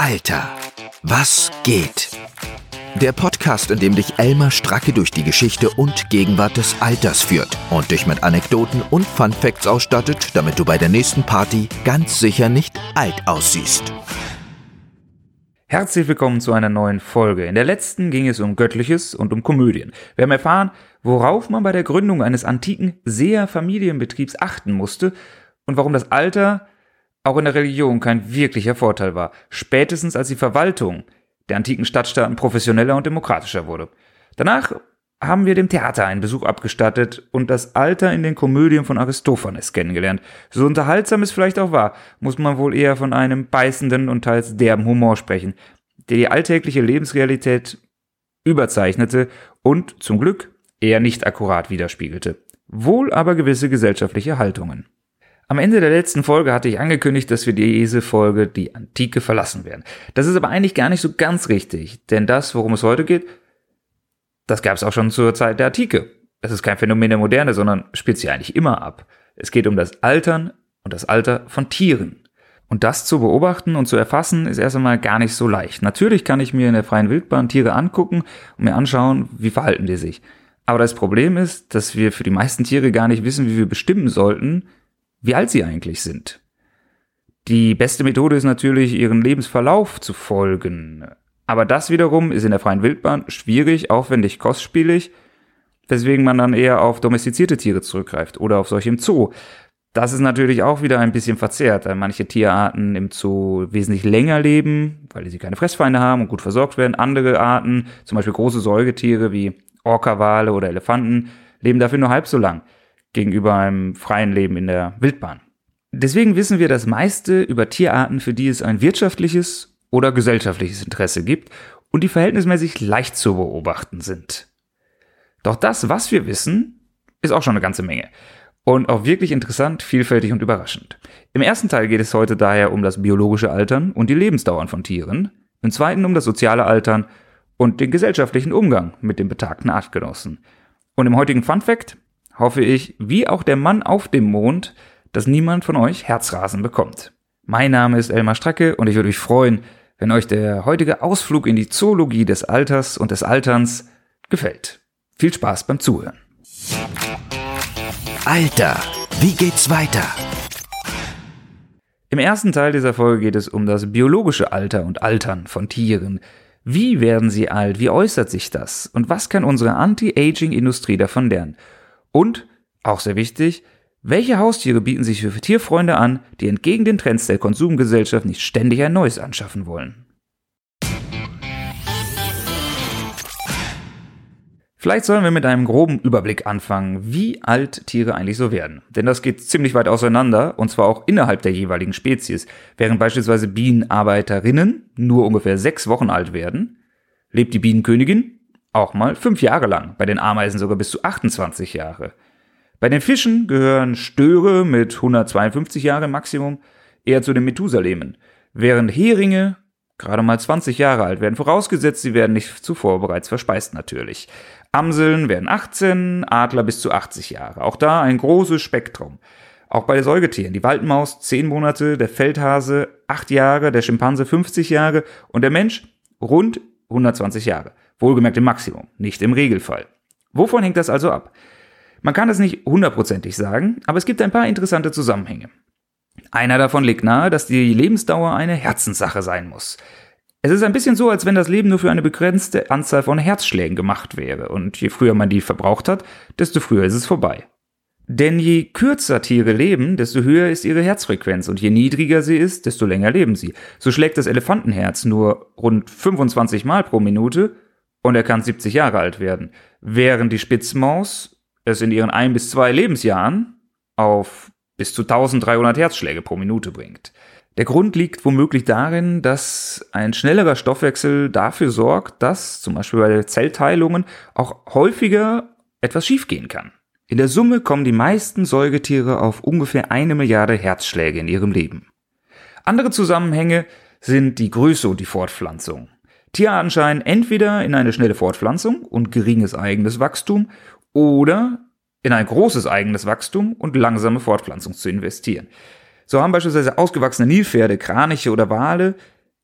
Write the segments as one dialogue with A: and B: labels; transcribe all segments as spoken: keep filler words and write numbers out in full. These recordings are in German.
A: Alter, was geht? Der Podcast, in dem dich Elmar Stracke durch die Geschichte und Gegenwart des Alters führt und dich mit Anekdoten und Funfacts ausstattet, damit du bei der nächsten Party ganz sicher nicht alt aussiehst.
B: Herzlich willkommen zu einer neuen Folge. In der letzten ging es um Göttliches und um Komödien. Wir haben erfahren, worauf man bei der Gründung eines antiken Seher-Familienbetriebs achten musste und warum das Alter auch in der Religion kein wirklicher Vorteil war, spätestens als die Verwaltung der antiken Stadtstaaten professioneller und demokratischer wurde. Danach haben wir dem Theater einen Besuch abgestattet und das Alter in den Komödien von Aristophanes kennengelernt. So unterhaltsam es vielleicht auch war, muss man wohl eher von einem beißenden und teils derben Humor sprechen, der die alltägliche Lebensrealität überzeichnete und zum Glück eher nicht akkurat widerspiegelte. Wohl aber gewisse gesellschaftliche Haltungen. Am Ende der letzten Folge hatte ich angekündigt, dass wir diese Folge die Antike verlassen werden. Das ist aber eigentlich gar nicht so ganz richtig, denn das, worum es heute geht, das gab es auch schon zur Zeit der Antike. Das ist kein Phänomen der Moderne, sondern spielt sich eigentlich immer ab. Es geht um das Altern und das Alter von Tieren. Und das zu beobachten und zu erfassen, ist erst einmal gar nicht so leicht. Natürlich kann ich mir in der freien Wildbahn Tiere angucken und mir anschauen, wie verhalten die sich. Aber das Problem ist, dass wir für die meisten Tiere gar nicht wissen, wie wir bestimmen sollten, wie alt sie eigentlich sind. Die beste Methode ist natürlich, ihren Lebensverlauf zu folgen. Aber das wiederum ist in der freien Wildbahn schwierig, aufwendig, kostspielig, weswegen man dann eher auf domestizierte Tiere zurückgreift oder auf solche im Zoo. Das ist natürlich auch wieder ein bisschen verzerrt, da manche Tierarten im Zoo wesentlich länger leben, weil sie keine Fressfeinde haben und gut versorgt werden. Andere Arten, zum Beispiel große Säugetiere wie Orca-Wale oder Elefanten, leben dafür nur halb so lang gegenüber einem freien Leben in der Wildbahn. Deswegen wissen wir das meiste über Tierarten, für die es ein wirtschaftliches oder gesellschaftliches Interesse gibt und die verhältnismäßig leicht zu beobachten sind. Doch das, was wir wissen, ist auch schon eine ganze Menge. Und auch wirklich interessant, vielfältig und überraschend. Im ersten Teil geht es heute daher um das biologische Altern und die Lebensdauern von Tieren, im zweiten um das soziale Altern und den gesellschaftlichen Umgang mit den betagten Artgenossen. Und im heutigen Funfact hoffe ich, wie auch der Mann auf dem Mond, dass niemand von euch Herzrasen bekommt. Mein Name ist Elmar Stracke und ich würde mich freuen, wenn euch der heutige Ausflug in die Zoologie des Alters und des Alterns gefällt. Viel Spaß beim Zuhören.
A: Alter, wie geht's weiter?
B: Im ersten Teil dieser Folge geht es um das biologische Alter und Altern von Tieren. Wie werden sie alt? Wie äußert sich das? Und was kann unsere Anti-Aging-Industrie davon lernen? Und, auch sehr wichtig, welche Haustiere bieten sich für Tierfreunde an, die entgegen den Trends der Konsumgesellschaft nicht ständig ein neues anschaffen wollen? Vielleicht sollen wir mit einem groben Überblick anfangen, wie alt Tiere eigentlich so werden. Denn das geht ziemlich weit auseinander, und zwar auch innerhalb der jeweiligen Spezies. Während beispielsweise Bienenarbeiterinnen nur ungefähr sechs Wochen alt werden, lebt die Bienenkönigin auch mal fünf Jahre lang, bei den Ameisen sogar bis zu achtundzwanzig Jahre. Bei den Fischen gehören Störe mit hundertzweiundfünfzig Jahren Maximum eher zu den Methusalemen, während Heringe gerade mal zwanzig Jahre alt werden, vorausgesetzt, sie werden nicht zuvor bereits verspeist natürlich. Amseln werden achtzehn, Adler bis zu achtzig Jahre. Auch da ein großes Spektrum. Auch bei den Säugetieren, die Waldmaus zehn Monate, der Feldhase acht Jahre, der Schimpanse fünfzig Jahre und der Mensch rund hundertzwanzig Jahre. Wohlgemerkt im Maximum, nicht im Regelfall. Wovon hängt das also ab? Man kann es nicht hundertprozentig sagen, aber es gibt ein paar interessante Zusammenhänge. Einer davon legt nahe, dass die Lebensdauer eine Herzenssache sein muss. Es ist ein bisschen so, als wenn das Leben nur für eine begrenzte Anzahl von Herzschlägen gemacht wäre. Und je früher man die verbraucht hat, desto früher ist es vorbei. Denn je kürzer Tiere leben, desto höher ist ihre Herzfrequenz. Und je niedriger sie ist, desto länger leben sie. So schlägt das Elefantenherz nur rund fünfundzwanzig Mal pro Minute und er kann siebzig Jahre alt werden. Während die Spitzmaus es in ihren ein bis zwei Lebensjahren auf bis zu dreizehnhundert Herzschläge pro Minute bringt. Der Grund liegt womöglich darin, dass ein schnellerer Stoffwechsel dafür sorgt, dass zum Beispiel bei Zellteilungen auch häufiger etwas schiefgehen kann. In der Summe kommen die meisten Säugetiere auf ungefähr eine Milliarde Herzschläge in ihrem Leben. Andere Zusammenhänge sind die Größe und die Fortpflanzung. Tierarten scheinen entweder in eine schnelle Fortpflanzung und geringes eigenes Wachstum oder in ein großes eigenes Wachstum und langsame Fortpflanzung zu investieren. So haben beispielsweise ausgewachsene Nilpferde, Kraniche oder Wale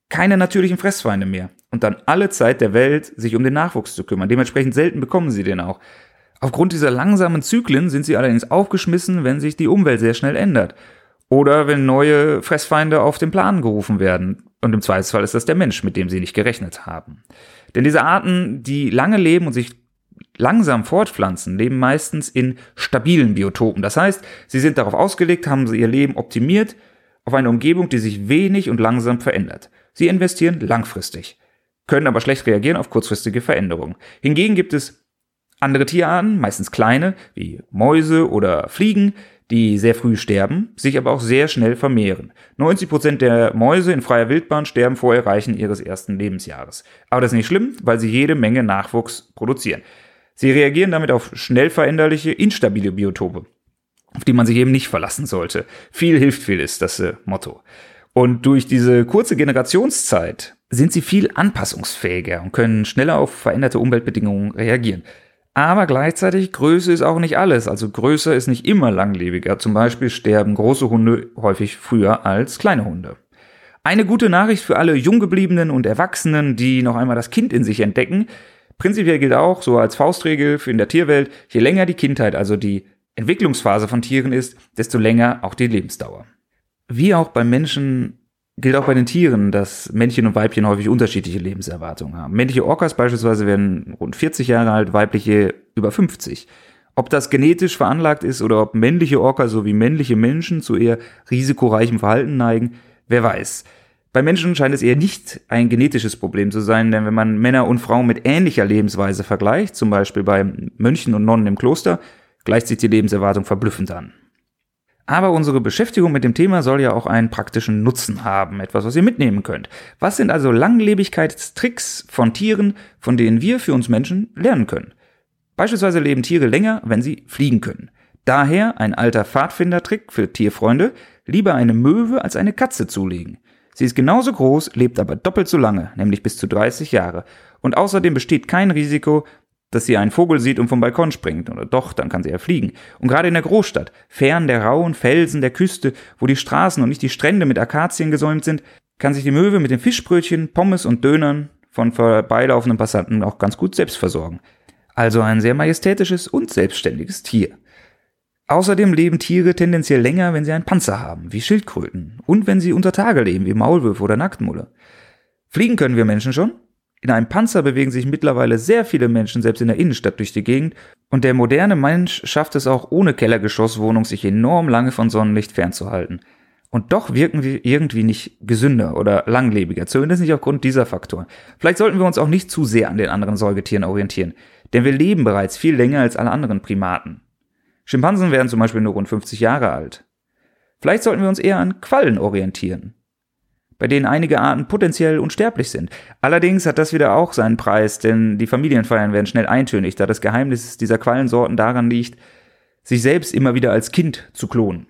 B: keine natürlichen Fressfeinde mehr und dann alle Zeit der Welt, sich um den Nachwuchs zu kümmern. Dementsprechend selten bekommen sie den auch. Aufgrund dieser langsamen Zyklen sind sie allerdings aufgeschmissen, wenn sich die Umwelt sehr schnell ändert. Oder wenn neue Fressfeinde auf den Plan gerufen werden. Und im Zweifelsfall ist das der Mensch, mit dem sie nicht gerechnet haben. Denn diese Arten, die lange leben und sich langsam fortpflanzen, leben meistens in stabilen Biotopen. Das heißt, sie sind darauf ausgelegt, haben sie ihr Leben optimiert auf eine Umgebung, die sich wenig und langsam verändert. Sie investieren langfristig, können aber schlecht reagieren auf kurzfristige Veränderungen. Hingegen gibt es andere Tierarten, meistens kleine, wie Mäuse oder Fliegen, die sehr früh sterben, sich aber auch sehr schnell vermehren. neunzig Prozent der Mäuse in freier Wildbahn sterben vor Erreichen ihres ersten Lebensjahres. Aber das ist nicht schlimm, weil sie jede Menge Nachwuchs produzieren. Sie reagieren damit auf schnell veränderliche, instabile Biotope, auf die man sich eben nicht verlassen sollte. Viel hilft viel ist das äh, Motto. Und durch diese kurze Generationszeit sind sie viel anpassungsfähiger und können schneller auf veränderte Umweltbedingungen reagieren. Aber gleichzeitig, Größe ist auch nicht alles. Also größer ist nicht immer langlebiger. Zum Beispiel sterben große Hunde häufig früher als kleine Hunde. Eine gute Nachricht für alle Junggebliebenen und Erwachsenen, die noch einmal das Kind in sich entdecken. Prinzipiell gilt auch, so als Faustregel für in der Tierwelt, je länger die Kindheit, also die Entwicklungsphase von Tieren ist, desto länger auch die Lebensdauer. Wie auch beim Menschen gilt auch bei den Tieren, dass Männchen und Weibchen häufig unterschiedliche Lebenserwartungen haben. Männliche Orcas beispielsweise werden rund vierzig Jahre alt, weibliche über fünfzig. Ob das genetisch veranlagt ist oder ob männliche Orcas sowie männliche Menschen zu eher risikoreichem Verhalten neigen, wer weiß. Bei Menschen scheint es eher nicht ein genetisches Problem zu sein, denn wenn man Männer und Frauen mit ähnlicher Lebensweise vergleicht, zum Beispiel bei Mönchen und Nonnen im Kloster, gleicht sich die Lebenserwartung verblüffend an. Aber unsere Beschäftigung mit dem Thema soll ja auch einen praktischen Nutzen haben, etwas, was ihr mitnehmen könnt. Was sind also Langlebigkeitstricks von Tieren, von denen wir für uns Menschen lernen können? Beispielsweise leben Tiere länger, wenn sie fliegen können. Daher ein alter Pfadfindertrick für Tierfreunde, lieber eine Möwe als eine Katze zulegen. Sie ist genauso groß, lebt aber doppelt so lange, nämlich bis zu dreißig Jahre. Und außerdem besteht kein Risiko, dass sie einen Vogel sieht und vom Balkon springt. Oder doch, dann kann sie ja fliegen. Und gerade in der Großstadt, fern der rauen Felsen der Küste, wo die Straßen und nicht die Strände mit Akazien gesäumt sind, kann sich die Möwe mit den Fischbrötchen, Pommes und Dönern von vorbeilaufenden Passanten auch ganz gut selbst versorgen. Also ein sehr majestätisches und selbstständiges Tier. Außerdem leben Tiere tendenziell länger, wenn sie einen Panzer haben, wie Schildkröten. Und wenn sie unter Tage leben, wie Maulwürfe oder Nacktmulle. Fliegen können wir Menschen schon. In einem Panzer bewegen sich mittlerweile sehr viele Menschen, selbst in der Innenstadt, durch die Gegend. Und der moderne Mensch schafft es auch ohne Kellergeschosswohnung, sich enorm lange von Sonnenlicht fernzuhalten. Und doch wirken wir irgendwie nicht gesünder oder langlebiger, zumindest nicht aufgrund dieser Faktoren. Vielleicht sollten wir uns auch nicht zu sehr an den anderen Säugetieren orientieren, denn wir leben bereits viel länger als alle anderen Primaten. Schimpansen werden zum Beispiel nur rund fünfzig Jahre alt. Vielleicht sollten wir uns eher an Quallen orientieren, bei denen einige Arten potenziell unsterblich sind. Allerdings hat das wieder auch seinen Preis, denn die Familienfeiern werden schnell eintönig, da das Geheimnis dieser Quallensorten daran liegt, sich selbst immer wieder als Kind zu klonen.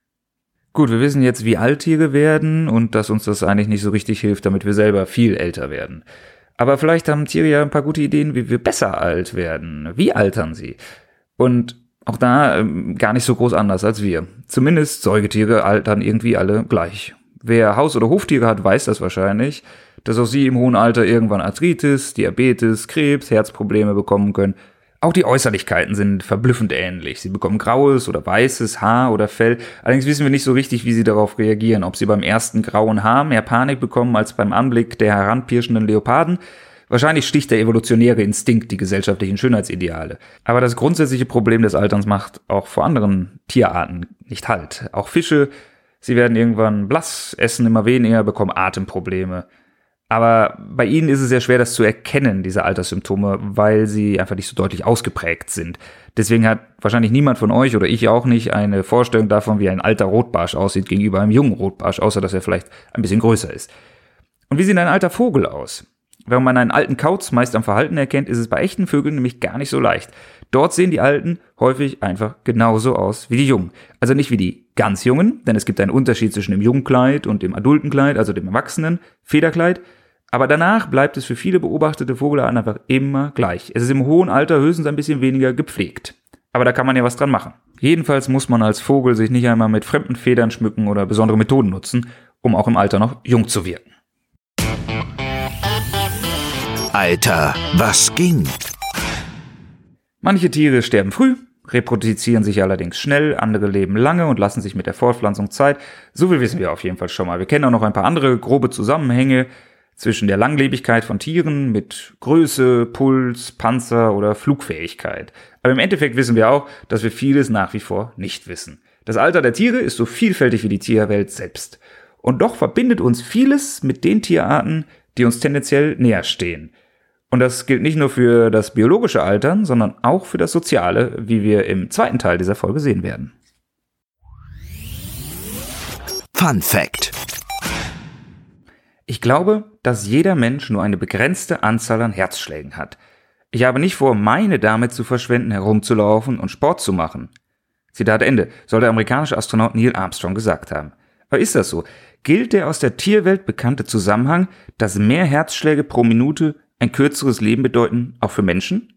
B: Gut, wir wissen jetzt, wie alt Tiere werden und dass uns das eigentlich nicht so richtig hilft, damit wir selber viel älter werden. Aber vielleicht haben Tiere ja ein paar gute Ideen, wie wir besser alt werden. Wie altern sie? Und auch da ähm, gar nicht so groß anders als wir. Zumindest Säugetiere altern irgendwie alle gleich. Wer Haus- oder Hoftiere hat, weiß das wahrscheinlich, dass auch sie im hohen Alter irgendwann Arthritis, Diabetes, Krebs, Herzprobleme bekommen können. Auch die Äußerlichkeiten sind verblüffend ähnlich. Sie bekommen graues oder weißes Haar oder Fell. Allerdings wissen wir nicht so richtig, wie sie darauf reagieren. Ob sie beim ersten grauen Haar mehr Panik bekommen als beim Anblick der heranpirschenden Leoparden. Wahrscheinlich sticht der evolutionäre Instinkt die gesellschaftlichen Schönheitsideale. Aber das grundsätzliche Problem des Alterns macht auch vor anderen Tierarten nicht Halt. Auch Fische, sie werden irgendwann blass, essen immer weniger, bekommen Atemprobleme. Aber bei ihnen ist es sehr schwer, das zu erkennen, diese Alterssymptome, weil sie einfach nicht so deutlich ausgeprägt sind. Deswegen hat wahrscheinlich niemand von euch oder ich auch nicht eine Vorstellung davon, wie ein alter Rotbarsch aussieht gegenüber einem jungen Rotbarsch, außer dass er vielleicht ein bisschen größer ist. Und wie sieht ein alter Vogel aus? Wenn man einen alten Kauz meist am Verhalten erkennt, ist es bei echten Vögeln nämlich gar nicht so leicht. Dort sehen die Alten häufig einfach genauso aus wie die Jungen. Also nicht wie die ganz Jungen, denn es gibt einen Unterschied zwischen dem Jungkleid und dem Adultenkleid, also dem Erwachsenen Federkleid. Aber danach bleibt es für viele beobachtete Vogelarten einfach immer gleich. Es ist im hohen Alter höchstens ein bisschen weniger gepflegt. Aber da kann man ja was dran machen. Jedenfalls muss man als Vogel sich nicht einmal mit fremden Federn schmücken oder besondere Methoden nutzen, um auch im Alter noch jung zu wirken.
A: Alter, was ging?
B: Manche Tiere sterben früh, reproduzieren sich allerdings schnell, andere leben lange und lassen sich mit der Fortpflanzung Zeit. So viel wissen wir auf jeden Fall schon mal. Wir kennen auch noch ein paar andere grobe Zusammenhänge zwischen der Langlebigkeit von Tieren mit Größe, Puls, Panzer oder Flugfähigkeit. Aber im Endeffekt wissen wir auch, dass wir vieles nach wie vor nicht wissen. Das Alter der Tiere ist so vielfältig wie die Tierwelt selbst. Und doch verbindet uns vieles mit den Tierarten, die uns tendenziell näher stehen. Und das gilt nicht nur für das biologische Altern, sondern auch für das Soziale, wie wir im zweiten Teil dieser Folge sehen werden.
A: Fun Fact:
B: Ich glaube, dass jeder Mensch nur eine begrenzte Anzahl an Herzschlägen hat. Ich habe nicht vor, meine damit zu verschwenden, herumzulaufen und Sport zu machen. Zitat Ende, soll der amerikanische Astronaut Neil Armstrong gesagt haben. Aber ist das so? Gilt der aus der Tierwelt bekannte Zusammenhang, dass mehr Herzschläge pro Minute ein kürzeres Leben bedeuten, auch für Menschen?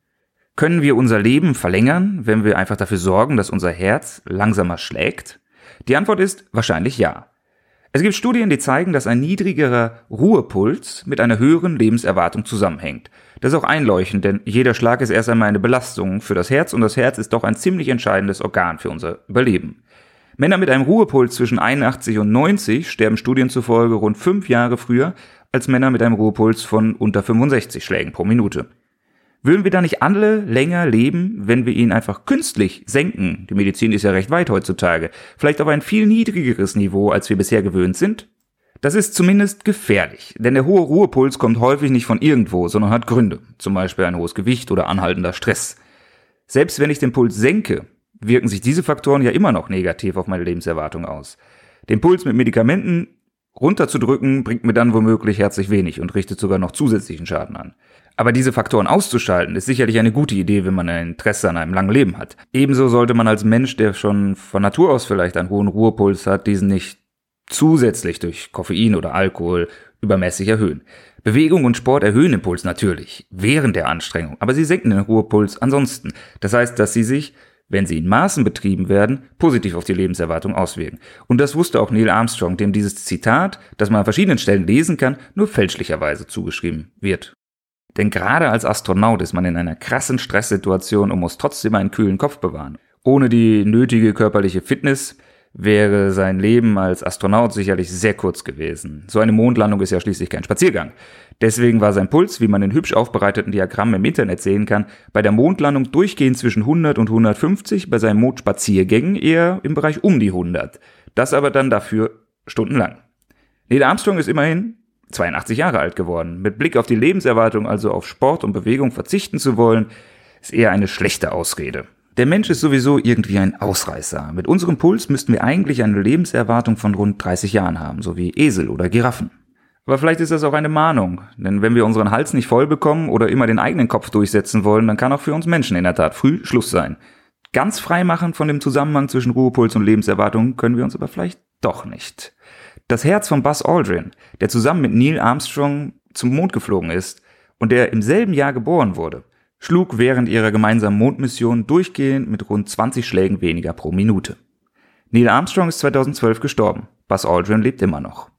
B: Können wir unser Leben verlängern, wenn wir einfach dafür sorgen, dass unser Herz langsamer schlägt? Die Antwort ist wahrscheinlich ja. Es gibt Studien, die zeigen, dass ein niedrigerer Ruhepuls mit einer höheren Lebenserwartung zusammenhängt. Das ist auch einleuchtend, denn jeder Schlag ist erst einmal eine Belastung für das Herz und das Herz ist doch ein ziemlich entscheidendes Organ für unser Überleben. Männer mit einem Ruhepuls zwischen einundachtzig und neunzig sterben Studien zufolge rund fünf Jahre früher als Männer mit einem Ruhepuls von unter fünfundsechzig Schlägen pro Minute. Würden wir da nicht alle länger leben, wenn wir ihn einfach künstlich senken? Die Medizin ist ja recht weit heutzutage. Vielleicht auf ein viel niedrigeres Niveau, als wir bisher gewöhnt sind? Das ist zumindest gefährlich, denn der hohe Ruhepuls kommt häufig nicht von irgendwo, sondern hat Gründe, zum Beispiel ein hohes Gewicht oder anhaltender Stress. Selbst wenn ich den Puls senke, wirken sich diese Faktoren ja immer noch negativ auf meine Lebenserwartung aus. Den Puls mit Medikamenten runterzudrücken, bringt mir dann womöglich herzlich wenig und richtet sogar noch zusätzlichen Schaden an. Aber diese Faktoren auszuschalten, ist sicherlich eine gute Idee, wenn man ein Interesse an einem langen Leben hat. Ebenso sollte man als Mensch, der schon von Natur aus vielleicht einen hohen Ruhepuls hat, diesen nicht zusätzlich durch Koffein oder Alkohol übermäßig erhöhen. Bewegung und Sport erhöhen den Puls natürlich während der Anstrengung, aber sie senken den Ruhepuls ansonsten. Das heißt, dass sie sich, wenn sie in Maßen betrieben werden, positiv auf die Lebenserwartung auswirken. Und das wusste auch Neil Armstrong, dem dieses Zitat, das man an verschiedenen Stellen lesen kann, nur fälschlicherweise zugeschrieben wird. Denn gerade als Astronaut ist man in einer krassen Stresssituation und muss trotzdem einen kühlen Kopf bewahren. Ohne die nötige körperliche Fitness wäre sein Leben als Astronaut sicherlich sehr kurz gewesen. So eine Mondlandung ist ja schließlich kein Spaziergang. Deswegen war sein Puls, wie man in hübsch aufbereiteten Diagrammen im Internet sehen kann, bei der Mondlandung durchgehend zwischen hundert und hundertfünfzig, bei seinen Mondspaziergängen eher im Bereich um die hundert. Das aber dann dafür stundenlang. Neil Armstrong ist immerhin zweiundachtzig Jahre alt geworden. Mit Blick auf die Lebenserwartung, also auf Sport und Bewegung verzichten zu wollen, ist eher eine schlechte Ausrede. Der Mensch ist sowieso irgendwie ein Ausreißer. Mit unserem Puls müssten wir eigentlich eine Lebenserwartung von rund dreißig Jahren haben, so wie Esel oder Giraffen. Aber vielleicht ist das auch eine Mahnung, denn wenn wir unseren Hals nicht voll bekommen oder immer den eigenen Kopf durchsetzen wollen, dann kann auch für uns Menschen in der Tat früh Schluss sein. Ganz frei machen von dem Zusammenhang zwischen Ruhepuls und Lebenserwartung können wir uns aber vielleicht doch nicht. Das Herz von Buzz Aldrin, der zusammen mit Neil Armstrong zum Mond geflogen ist und der im selben Jahr geboren wurde, schlug während ihrer gemeinsamen Mondmission durchgehend mit rund zwanzig Schlägen weniger pro Minute. Neil Armstrong ist zweitausendzwölf gestorben. Buzz Aldrin lebt immer noch.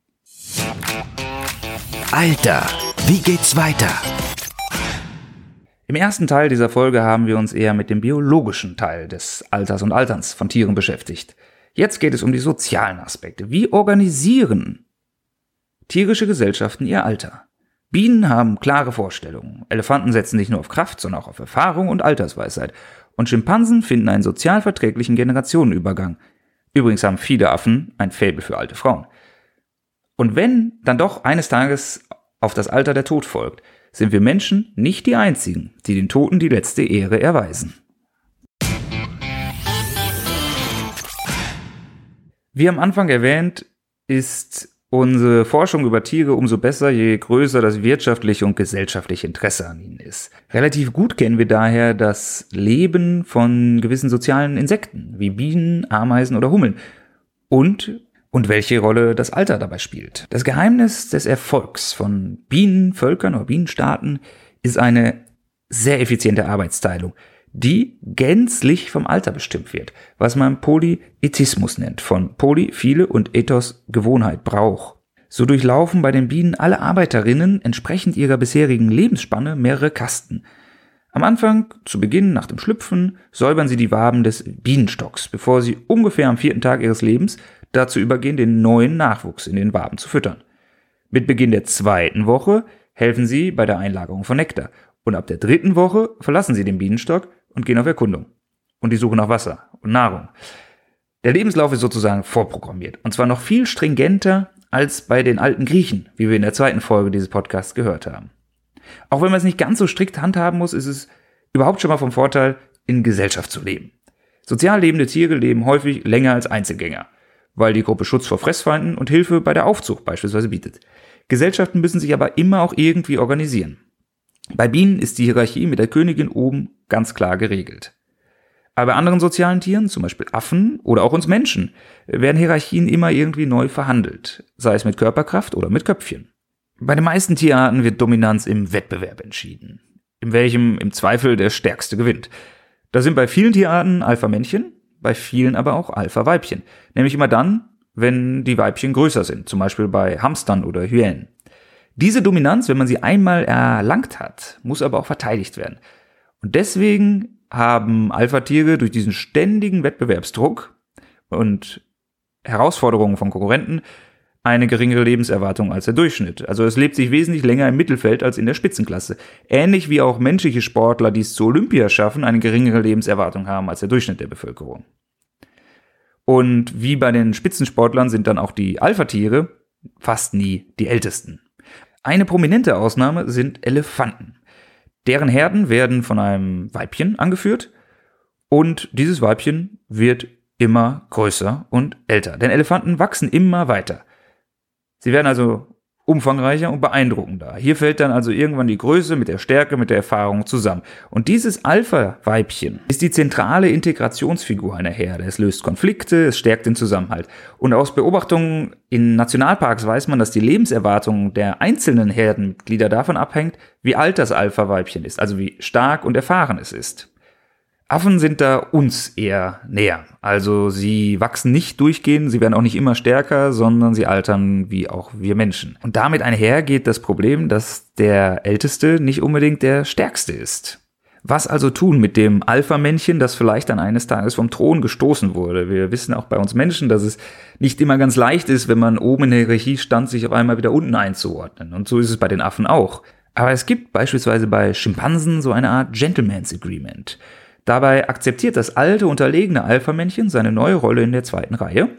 A: Alter, wie geht's weiter?
B: Im ersten Teil dieser Folge haben wir uns eher mit dem biologischen Teil des Alters und Alterns von Tieren beschäftigt. Jetzt geht es um die sozialen Aspekte. Wie organisieren tierische Gesellschaften ihr Alter? Bienen haben klare Vorstellungen. Elefanten setzen nicht nur auf Kraft, sondern auch auf Erfahrung und Altersweisheit. Und Schimpansen finden einen sozial verträglichen Generationenübergang. Übrigens haben viele Affen ein Faible für alte Frauen. Und wenn dann doch eines Tages auf das Alter der Tod folgt, sind wir Menschen nicht die Einzigen, die den Toten die letzte Ehre erweisen. Wie am Anfang erwähnt, ist unsere Forschung über Tiere umso besser, je größer das wirtschaftliche und gesellschaftliche Interesse an ihnen ist. Relativ gut kennen wir daher das Leben von gewissen sozialen Insekten, wie Bienen, Ameisen oder Hummeln. Und, und welche Rolle das Alter dabei spielt. Das Geheimnis des Erfolgs von Bienenvölkern oder Bienenstaaten ist eine sehr effiziente Arbeitsteilung, die gänzlich vom Alter bestimmt wird, was man Polyethismus nennt, von Poly, viele und Ethos, Gewohnheit, Brauch. So durchlaufen bei den Bienen alle Arbeiterinnen entsprechend ihrer bisherigen Lebensspanne mehrere Kasten. Am Anfang, zu Beginn, nach dem Schlüpfen, säubern sie die Waben des Bienenstocks, bevor sie ungefähr am vierten Tag ihres Lebens dazu übergehen, den neuen Nachwuchs in den Waben zu füttern. Mit Beginn der zweiten Woche helfen sie bei der Einlagerung von Nektar und ab der dritten Woche verlassen sie den Bienenstock und gehen auf Erkundung und die Suche nach Wasser und Nahrung. Der Lebenslauf ist sozusagen vorprogrammiert und zwar noch viel stringenter als bei den alten Griechen, wie wir in der zweiten Folge dieses Podcasts gehört haben. Auch wenn man es nicht ganz so strikt handhaben muss, ist es überhaupt schon mal vom Vorteil, in Gesellschaft zu leben. Sozial lebende Tiere leben häufig länger als Einzelgänger, weil die Gruppe Schutz vor Fressfeinden und Hilfe bei der Aufzucht beispielsweise bietet. Gesellschaften müssen sich aber immer auch irgendwie organisieren. Bei Bienen ist die Hierarchie mit der Königin oben ganz klar geregelt. Aber bei anderen sozialen Tieren, zum Beispiel Affen oder auch uns Menschen, werden Hierarchien immer irgendwie neu verhandelt, sei es mit Körperkraft oder mit Köpfchen. Bei den meisten Tierarten wird Dominanz im Wettbewerb entschieden, in welchem im Zweifel der Stärkste gewinnt. Da sind bei vielen Tierarten Alpha-Männchen, bei vielen aber auch Alpha-Weibchen, nämlich immer dann, wenn die Weibchen größer sind, zum Beispiel bei Hamstern oder Hyänen. Diese Dominanz, wenn man sie einmal erlangt hat, muss aber auch verteidigt werden. Und deswegen haben Alpha-Tiere durch diesen ständigen Wettbewerbsdruck und Herausforderungen von Konkurrenten eine geringere Lebenserwartung als der Durchschnitt. Also es lebt sich wesentlich länger im Mittelfeld als in der Spitzenklasse. Ähnlich wie auch menschliche Sportler, die es zu Olympia schaffen, eine geringere Lebenserwartung haben als der Durchschnitt der Bevölkerung. Und wie bei den Spitzensportlern sind dann auch die Alpha-Tiere fast nie die ältesten. Eine prominente Ausnahme sind Elefanten. Deren Herden werden von einem Weibchen angeführt und dieses Weibchen wird immer größer und älter. Denn Elefanten wachsen immer weiter. Sie werden also umfangreicher und beeindruckender. Hier fällt dann also irgendwann die Größe mit der Stärke, mit der Erfahrung zusammen. Und dieses Alpha-Weibchen ist die zentrale Integrationsfigur einer Herde. Es löst Konflikte, es stärkt den Zusammenhalt. Und aus Beobachtungen in Nationalparks weiß man, dass die Lebenserwartung der einzelnen Herdenmitglieder davon abhängt, wie alt das Alpha-Weibchen ist, also wie stark und erfahren es ist. Affen sind da uns eher näher. Also sie wachsen nicht durchgehend, sie werden auch nicht immer stärker, sondern sie altern wie auch wir Menschen. Und damit einher geht das Problem, dass der Älteste nicht unbedingt der Stärkste ist. Was also tun mit dem Alpha-Männchen, das vielleicht dann eines Tages vom Thron gestoßen wurde? Wir wissen auch bei uns Menschen, dass es nicht immer ganz leicht ist, wenn man oben in der Hierarchie stand, sich auf einmal wieder unten einzuordnen. Und so ist es bei den Affen auch. Aber es gibt beispielsweise bei Schimpansen so eine Art Gentleman's Agreement. Dabei akzeptiert das alte, unterlegene Alpha-Männchen seine neue Rolle in der zweiten Reihe.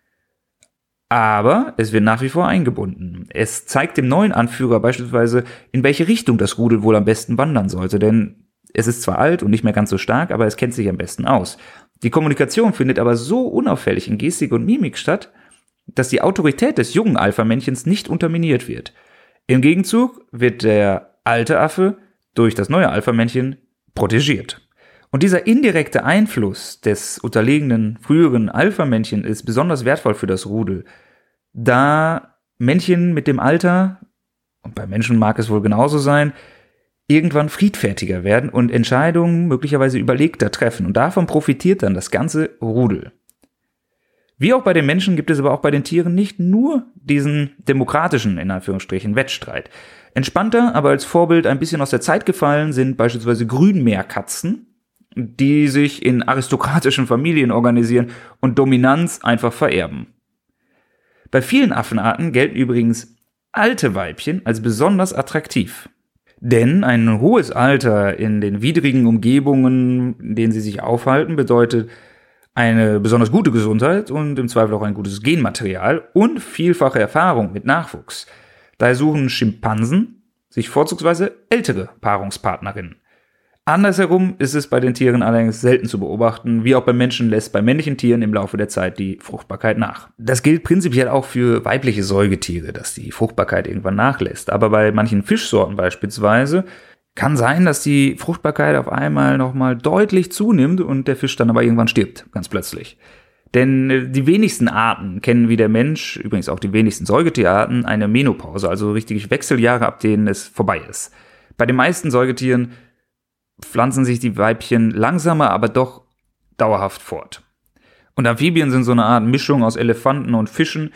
B: Aber es wird nach wie vor eingebunden. Es zeigt dem neuen Anführer beispielsweise, in welche Richtung das Rudel wohl am besten wandern sollte. Denn es ist zwar alt und nicht mehr ganz so stark, aber es kennt sich am besten aus. Die Kommunikation findet aber so unauffällig in Gestik und Mimik statt, dass die Autorität des jungen Alpha-Männchens nicht unterminiert wird. Im Gegenzug wird der alte Affe durch das neue Alpha-Männchen protegiert. Und dieser indirekte Einfluss des unterlegenen früheren Alpha-Männchen ist besonders wertvoll für das Rudel, da Männchen mit dem Alter, und bei Menschen mag es wohl genauso sein, irgendwann friedfertiger werden und Entscheidungen möglicherweise überlegter treffen. Und davon profitiert dann das ganze Rudel. Wie auch bei den Menschen gibt es aber auch bei den Tieren nicht nur diesen demokratischen, in Anführungsstrichen, Wettstreit. Entspannter, aber als Vorbild ein bisschen aus der Zeit gefallen sind beispielsweise Grünmeerkatzen, die sich in aristokratischen Familien organisieren und Dominanz einfach vererben. Bei vielen Affenarten gelten übrigens alte Weibchen als besonders attraktiv. Denn ein hohes Alter in den widrigen Umgebungen, in denen sie sich aufhalten, bedeutet eine besonders gute Gesundheit und im Zweifel auch ein gutes Genmaterial und vielfache Erfahrung mit Nachwuchs. Daher suchen Schimpansen sich vorzugsweise ältere Paarungspartnerinnen. Andersherum ist es bei den Tieren allerdings selten zu beobachten, wie auch beim Menschen lässt bei männlichen Tieren im Laufe der Zeit die Fruchtbarkeit nach. Das gilt prinzipiell auch für weibliche Säugetiere, dass die Fruchtbarkeit irgendwann nachlässt. Aber bei manchen Fischsorten beispielsweise kann sein, dass die Fruchtbarkeit auf einmal nochmal deutlich zunimmt und der Fisch dann aber irgendwann stirbt, ganz plötzlich. Denn die wenigsten Arten kennen wie der Mensch, übrigens auch die wenigsten Säugetierarten, eine Menopause, also richtig Wechseljahre, ab denen es vorbei ist. Bei den meisten Säugetieren pflanzen sich die Weibchen langsamer, aber doch dauerhaft fort. Und Amphibien sind so eine Art Mischung aus Elefanten und Fischen,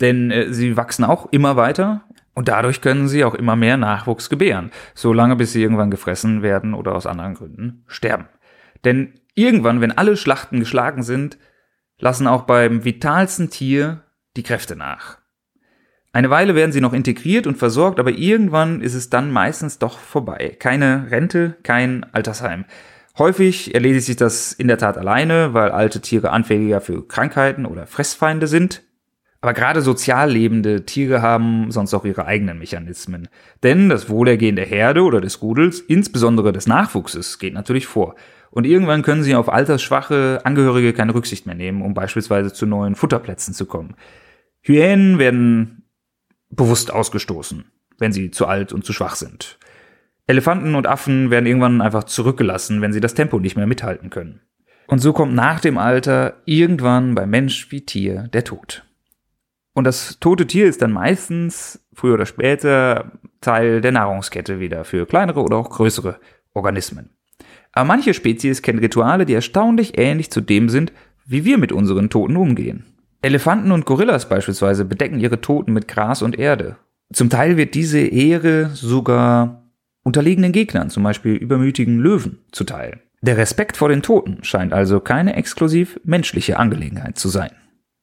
B: Denn äh, sie wachsen auch immer weiter und dadurch können sie auch immer mehr Nachwuchs gebären, solange bis sie irgendwann gefressen werden oder aus anderen Gründen sterben. Denn irgendwann, wenn alle Schlachten geschlagen sind, lassen auch beim vitalsten Tier die Kräfte nach. Eine Weile werden sie noch integriert und versorgt, aber irgendwann ist es dann meistens doch vorbei. Keine Rente, kein Altersheim. Häufig erledigt sich das in der Tat alleine, weil alte Tiere anfälliger für Krankheiten oder Fressfeinde sind. Aber gerade sozial lebende Tiere haben sonst auch ihre eigenen Mechanismen. Denn das Wohlergehen der Herde oder des Rudels, insbesondere des Nachwuchses, geht natürlich vor. Und irgendwann können sie auf altersschwache Angehörige keine Rücksicht mehr nehmen, um beispielsweise zu neuen Futterplätzen zu kommen. Hyänen werden bewusst ausgestoßen, wenn sie zu alt und zu schwach sind. Elefanten und Affen werden irgendwann einfach zurückgelassen, wenn sie das Tempo nicht mehr mithalten können. Und so kommt nach dem Alter irgendwann bei Mensch wie Tier der Tod. Und das tote Tier ist dann meistens, früher oder später, Teil der Nahrungskette wieder für kleinere oder auch größere Organismen. Aber manche Spezies kennen Rituale, die erstaunlich ähnlich zu dem sind, wie wir mit unseren Toten umgehen. Elefanten und Gorillas beispielsweise bedecken ihre Toten mit Gras und Erde. Zum Teil wird diese Ehre sogar unterlegenen Gegnern, zum Beispiel übermütigen Löwen, zuteil. Der Respekt vor den Toten scheint also keine exklusiv menschliche Angelegenheit zu sein.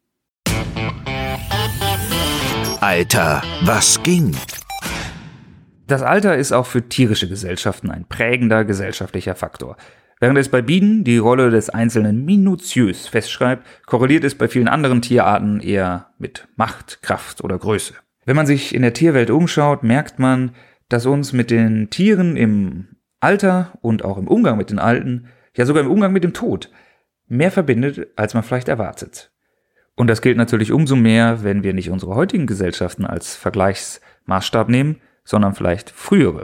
A: Alter, was ging?
B: Das Alter ist auch für tierische Gesellschaften ein prägender gesellschaftlicher Faktor. Während es bei Bienen die Rolle des Einzelnen minutiös festschreibt, korreliert es bei vielen anderen Tierarten eher mit Macht, Kraft oder Größe. Wenn man sich in der Tierwelt umschaut, merkt man, dass uns mit den Tieren im Alter und auch im Umgang mit den Alten, ja sogar im Umgang mit dem Tod, mehr verbindet, als man vielleicht erwartet. Und das gilt natürlich umso mehr, wenn wir nicht unsere heutigen Gesellschaften als Vergleichsmaßstab nehmen, sondern vielleicht frühere.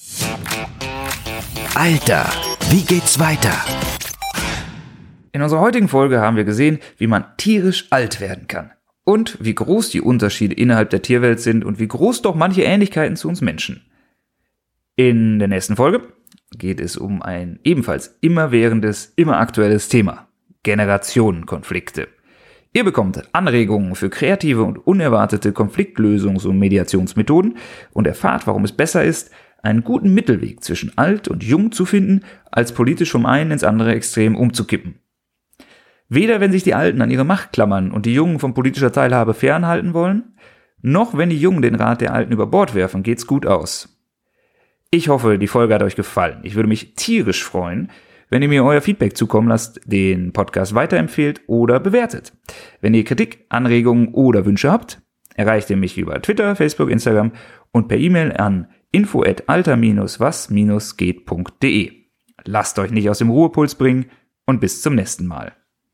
A: Alter, wie geht's weiter?
B: In unserer heutigen Folge haben wir gesehen, wie man tierisch alt werden kann. Und wie groß die Unterschiede innerhalb der Tierwelt sind und wie groß doch manche Ähnlichkeiten zu uns Menschen. In der nächsten Folge geht es um ein ebenfalls immerwährendes, immer aktuelles Thema: Generationenkonflikte. Ihr bekommt Anregungen für kreative und unerwartete Konfliktlösungs- und Mediationsmethoden und erfahrt, warum es besser ist, einen guten Mittelweg zwischen alt und jung zu finden, als politisch vom einen ins andere Extrem umzukippen. Weder wenn sich die Alten an ihre Macht klammern und die Jungen von politischer Teilhabe fernhalten wollen, noch wenn die Jungen den Rat der Alten über Bord werfen, geht's gut aus. Ich hoffe, die Folge hat euch gefallen. Ich würde mich tierisch freuen, wenn ihr mir euer Feedback zukommen lasst, den Podcast weiterempfehlt oder bewertet. Wenn ihr Kritik, Anregungen oder Wünsche habt, erreicht ihr mich über Twitter, Facebook, Instagram und per E-Mail an info at alter was geht punkt de. Lasst euch nicht aus dem Ruhepuls bringen und bis zum nächsten Mal.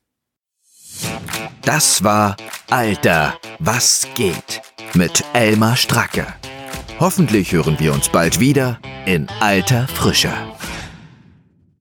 A: Das war Alter, was geht? Mit Elmar Stracke. Hoffentlich hören wir uns bald wieder in alter Frische.